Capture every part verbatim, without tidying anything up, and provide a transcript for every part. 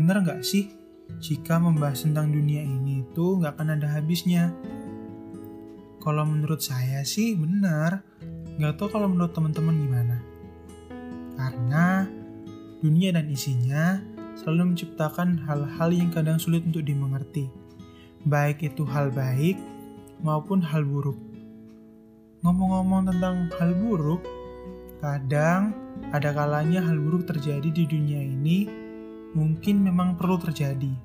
bener nggak sih jika membahas tentang dunia ini itu nggak akan ada habisnya? Kalau menurut saya sih benar. Nggak tahu kalau menurut teman-teman gimana. Karena dunia dan isinya selalu menciptakan hal-hal yang kadang sulit untuk dimengerti. Baik itu hal baik maupun hal buruk. Ngomong-ngomong tentang hal buruk, kadang ada kalanya hal buruk terjadi di dunia ini mungkin memang perlu terjadi.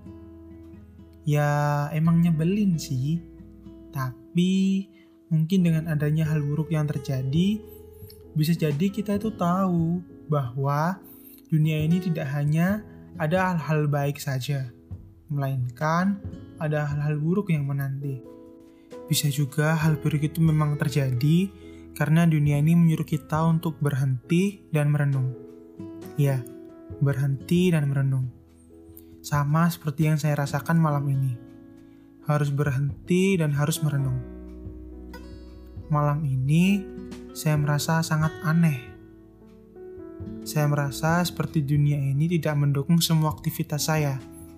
Ya emang nyebelin sih, tapi mungkin dengan adanya hal buruk yang terjadi, bisa jadi kita itu tahu bahwa dunia ini tidak hanya ada hal-hal baik saja, melainkan ada hal-hal buruk yang menanti. Bisa juga hal buruk itu memang terjadi karena dunia ini menyuruh kita untuk berhenti dan merenung. Ya, berhenti dan merenung. Sama seperti yang saya rasakan malam ini. Harus berhenti dan harus merenung. Malam ini, saya merasa sangat aneh. Saya merasa seperti dunia ini tidak mendukung semua aktivitas saya.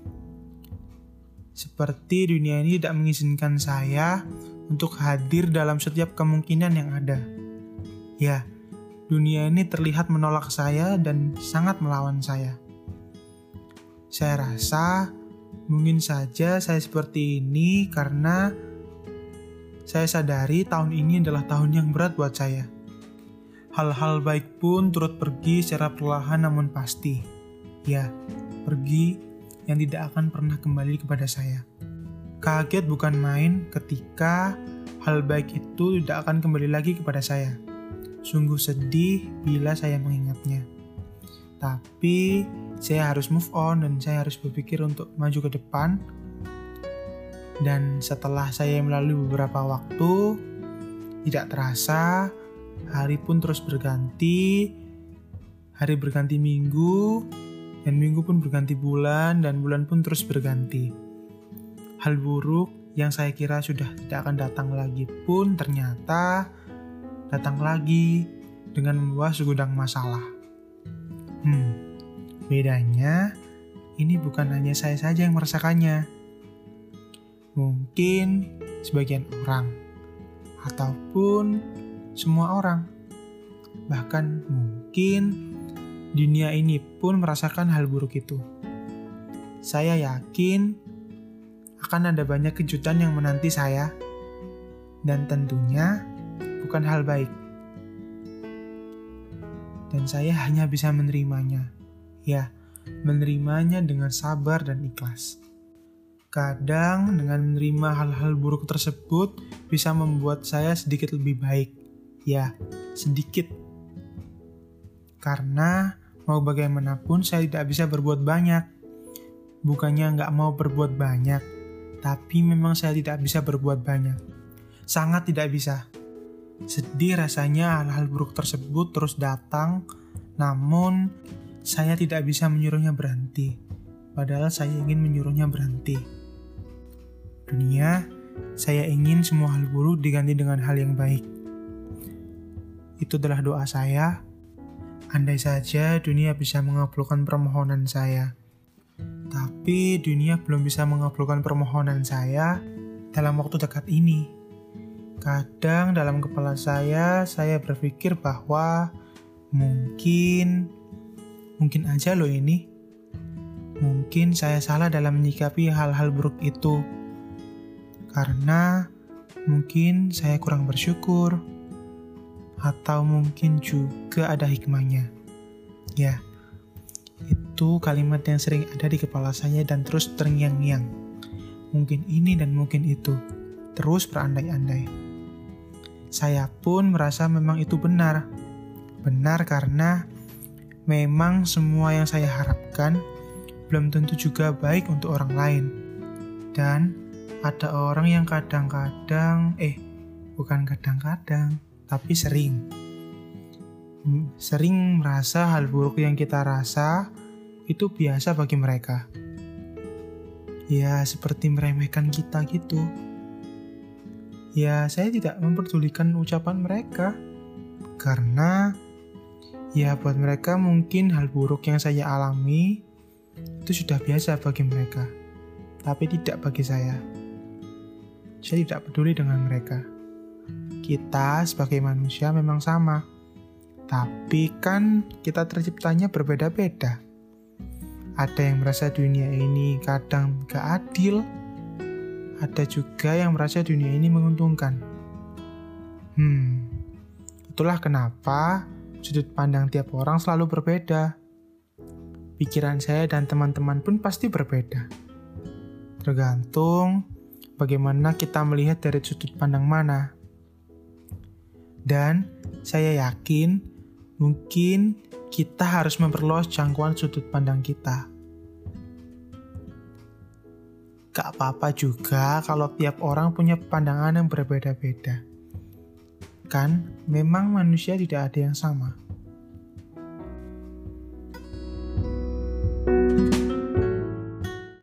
Seperti dunia ini tidak mengizinkan saya untuk hadir dalam setiap kemungkinan yang ada. Ya, dunia ini terlihat menolak saya dan sangat melawan saya. Saya rasa mungkin saja saya seperti ini karena saya sadari tahun ini adalah tahun yang berat buat saya. Hal-hal baik pun turut pergi secara perlahan namun pasti. Ya, pergi yang tidak akan pernah kembali kepada saya. Kaget bukan main ketika hal baik itu tidak akan kembali lagi kepada saya. Sungguh sedih bila saya mengingatnya. Tapi saya harus move on dan saya harus berpikir untuk maju ke depan. Dan setelah saya melalui beberapa waktu, tidak terasa, hari pun terus berganti, hari berganti minggu, dan minggu pun berganti bulan, dan bulan pun terus berganti. Hal buruk yang saya kira sudah tidak akan datang lagi pun ternyata datang lagi dengan membawa segudang masalah. Hmm, bedanya ini bukan hanya saya saja yang merasakannya. Mungkin sebagian orang, ataupun semua orang. Bahkan mungkin dunia ini pun merasakan hal buruk itu. Saya yakin akan ada banyak kejutan yang menanti saya, dan tentunya bukan hal baik. Dan saya hanya bisa menerimanya. Ya, menerimanya dengan sabar dan ikhlas. Kadang dengan menerima hal-hal buruk tersebut bisa membuat saya sedikit lebih baik. Ya, sedikit. Karena mau bagaimanapun saya tidak bisa berbuat banyak. Bukannya nggak mau berbuat banyak, tapi memang saya tidak bisa berbuat banyak. Sangat tidak bisa. Sedih rasanya hal-hal buruk tersebut terus datang, namun saya tidak bisa menyuruhnya berhenti. Padahal saya ingin menyuruhnya berhenti. Dunia, saya ingin semua hal buruk diganti dengan hal yang baik. Itu adalah doa saya. Andai saja dunia bisa mengabulkan permohonan saya. Tapi dunia belum bisa mengabulkan permohonan saya dalam waktu dekat ini. Kadang dalam kepala saya, saya berpikir bahwa mungkin, mungkin aja loh ini. Mungkin saya salah dalam menyikapi hal-hal buruk itu. Karena mungkin saya kurang bersyukur, atau mungkin juga ada hikmahnya. Ya, itu kalimat yang sering ada di kepala saya dan terus terngiang-ngiang. Mungkin ini dan mungkin itu, terus berandai-andai. Saya pun merasa memang itu benar. Benar karena memang semua yang saya harapkan belum tentu juga baik untuk orang lain. Dan ada orang yang kadang-kadang, eh bukan kadang-kadang, tapi sering. Sering merasa hal buruk yang kita rasa itu biasa bagi mereka. Ya seperti meremehkan kita gitu. Ya saya tidak memperdulikan ucapan mereka. Karena ya buat mereka mungkin hal buruk yang saya alami itu sudah biasa bagi mereka, tapi tidak bagi saya. Saya tidak peduli dengan mereka. Kita sebagai manusia memang sama, tapi kan kita terciptanya berbeda-beda. Ada yang merasa dunia ini kadang gak adil, ada juga yang merasa dunia ini menguntungkan. Hmm, itulah kenapa sudut pandang tiap orang selalu berbeda. Pikiran saya dan teman-teman pun pasti berbeda. Tergantung bagaimana kita melihat dari sudut pandang mana. Dan saya yakin mungkin kita harus memperluas jangkauan sudut pandang kita. Gak apa-apa juga kalau tiap orang punya pandangan yang berbeda-beda. Kan memang manusia tidak ada yang sama.